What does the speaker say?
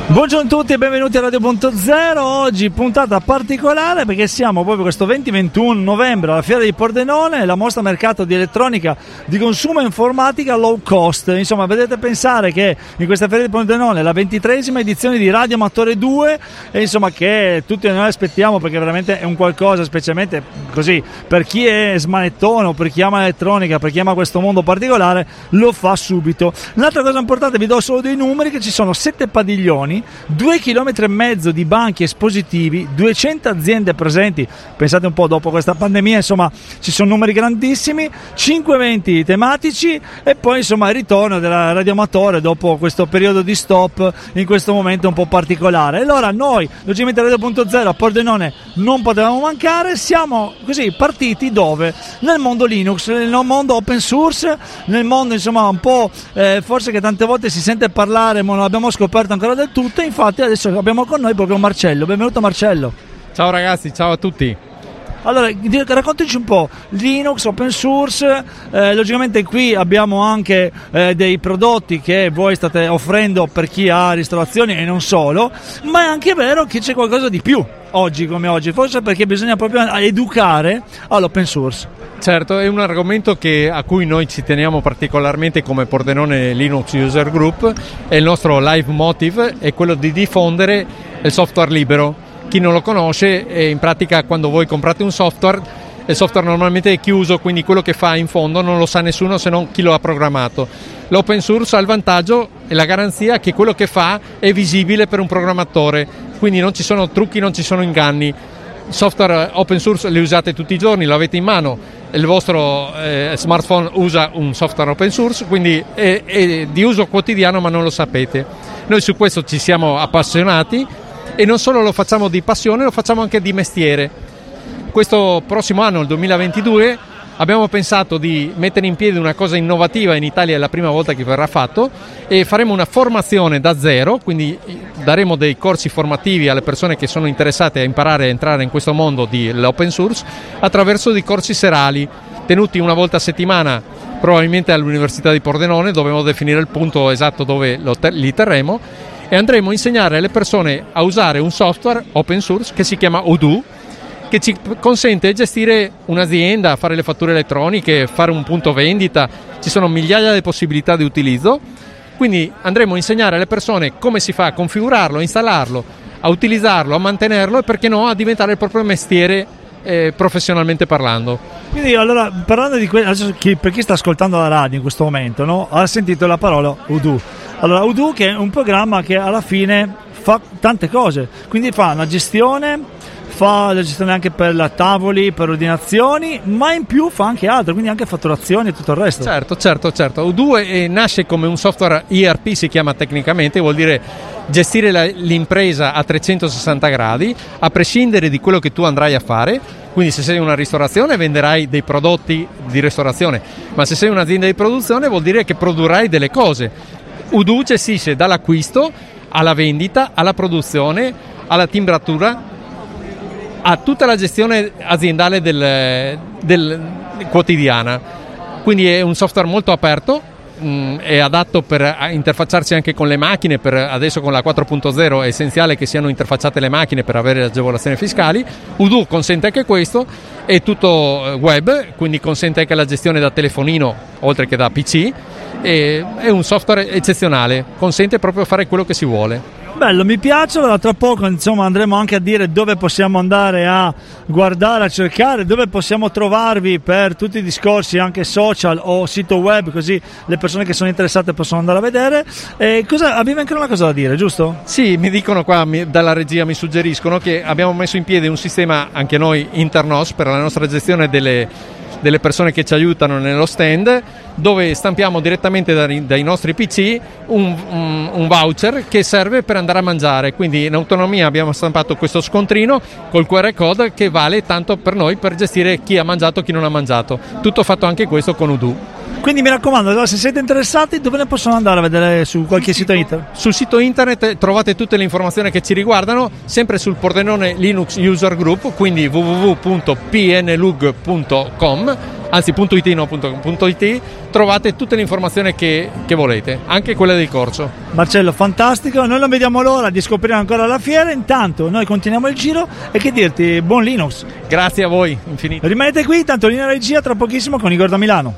Buongiorno a tutti e benvenuti a Radio Punto Zero. Oggi puntata particolare perché siamo proprio questo 20-21 novembre alla Fiera di Pordenone, la mostra mercato di elettronica di consumo e informatica low cost. Insomma, vedete pensare che in questa Fiera di Pordenone è la 23esima edizione di Radio Amatore 2 e insomma che tutti noi aspettiamo perché veramente è un qualcosa, specialmente così per chi è smanettone o per chi ama l'elettronica, per chi ama questo mondo particolare, lo fa subito. Un'altra cosa importante, vi do solo dei numeri, che ci sono 7 padiglioni, 2,5 km di banchi espositivi, 200 aziende presenti, pensate un po', dopo questa pandemia insomma ci sono numeri grandissimi, 5 eventi tematici e poi insomma il ritorno della radioamatore dopo questo periodo di stop in questo momento un po' particolare. Allora noi, logicamente Radio Punto Zero a Pordenone non potevamo mancare, siamo così partiti dove? Nel mondo Linux, nel mondo open source, nel mondo insomma un po' forse che tante volte si sente parlare ma non abbiamo scoperto ancora del tutto. Infatti adesso abbiamo con noi proprio Marcello. Benvenuto Marcello. Ciao ragazzi, ciao a tutti. Allora, raccontaci un po' Linux, open source, logicamente qui abbiamo anche dei prodotti che voi state offrendo per chi ha ristorazioni e non solo, ma è anche vero che c'è qualcosa di più oggi come oggi, forse perché bisogna proprio educare all'open source. Certo, è un argomento a cui noi ci teniamo particolarmente come Pordenone Linux User Group e il nostro live motive è quello di diffondere il software libero. Chi non lo conosce, in pratica quando voi comprate un software, il software normalmente è chiuso, quindi quello che fa in fondo non lo sa nessuno se non chi lo ha programmato. L'open source ha il vantaggio e la garanzia che quello che fa è visibile per un programmatore, quindi non ci sono trucchi, non ci sono inganni. Il software open source li usate tutti i giorni, lo avete in mano, il vostro smartphone usa un software open source, quindi è di uso quotidiano ma non lo sapete. Noi su questo ci siamo appassionati e non solo lo facciamo di passione, lo facciamo anche di mestiere. Questo prossimo anno, il 2022, abbiamo pensato di mettere in piedi una cosa innovativa, in Italia è la prima volta che verrà fatto, e faremo una formazione da zero, quindi daremo dei corsi formativi alle persone che sono interessate a imparare a entrare in questo mondo dell'open source attraverso dei corsi serali tenuti una volta a settimana, probabilmente all'Università di Pordenone. Dobbiamo definire il punto esatto dove li terremo, e andremo a insegnare alle persone a usare un software open source che si chiama Odoo, che ci consente di gestire un'azienda, fare le fatture elettroniche, fare un punto vendita. Ci sono migliaia di possibilità di utilizzo, quindi andremo a insegnare alle persone come si fa a configurarlo, a installarlo, a utilizzarlo, a mantenerlo e perché no a diventare il proprio mestiere professionalmente parlando. Quindi allora, parlando di questo, per chi sta ascoltando la radio in questo momento, no, ha sentito la parola Odoo. Allora, Odoo che è un programma che alla fine fa tante cose, quindi fa la gestione anche per tavoli, per ordinazioni, ma in più fa anche altro, quindi anche fatturazioni e tutto il resto. Certo. Odoo nasce come un software ERP, si chiama tecnicamente, vuol dire gestire l'impresa a 360 gradi, a prescindere di quello che tu andrai a fare. Quindi se sei una ristorazione venderai dei prodotti di ristorazione, ma se sei un'azienda di produzione vuol dire che produrrai delle cose. Odoo gestisce dall'acquisto alla vendita, alla produzione, alla timbratura, a tutta la gestione aziendale quotidiana. Quindi è un software molto aperto, è adatto per interfacciarsi anche con le macchine. Adesso con la 4.0 è essenziale che siano interfacciate le macchine per avere le agevolazioni fiscali. Odoo consente anche questo, è tutto web, quindi consente anche la gestione da telefonino oltre che da PC. È un software eccezionale, consente proprio fare quello che si vuole. Bello, mi piace. Allora tra poco insomma andremo anche a dire dove possiamo andare a guardare, a cercare, dove possiamo trovarvi per tutti i discorsi anche social o sito web, così le persone che sono interessate possono andare a vedere. Avevi anche una cosa da dire, giusto? Sì, mi dicono qua dalla regia, mi suggeriscono che abbiamo messo in piedi un sistema anche noi internos per la nostra gestione delle persone che ci aiutano nello stand, dove stampiamo direttamente dai nostri PC un voucher che serve per andare a mangiare. Quindi in autonomia abbiamo stampato questo scontrino col QR code che vale tanto per noi per gestire chi ha mangiato e chi non ha mangiato. Tutto fatto anche questo con Odoo. Quindi mi raccomando, se siete interessati, dove ne possono andare a vedere? Su qualche sito internet? Sul sito internet trovate tutte le informazioni che ci riguardano, sempre sul Pordenone Linux User Group, quindi www.pnlug.com. anzi .it, no, .it, trovate tutte le informazioni che volete, anche quelle del corso. Marcello, fantastico, noi non vediamo l'ora di scoprire ancora la fiera, intanto noi continuiamo il giro e che dirti, buon Linux. Grazie a voi, infinito. Rimanete qui, tanto linea regia tra pochissimo con Igor da Milano.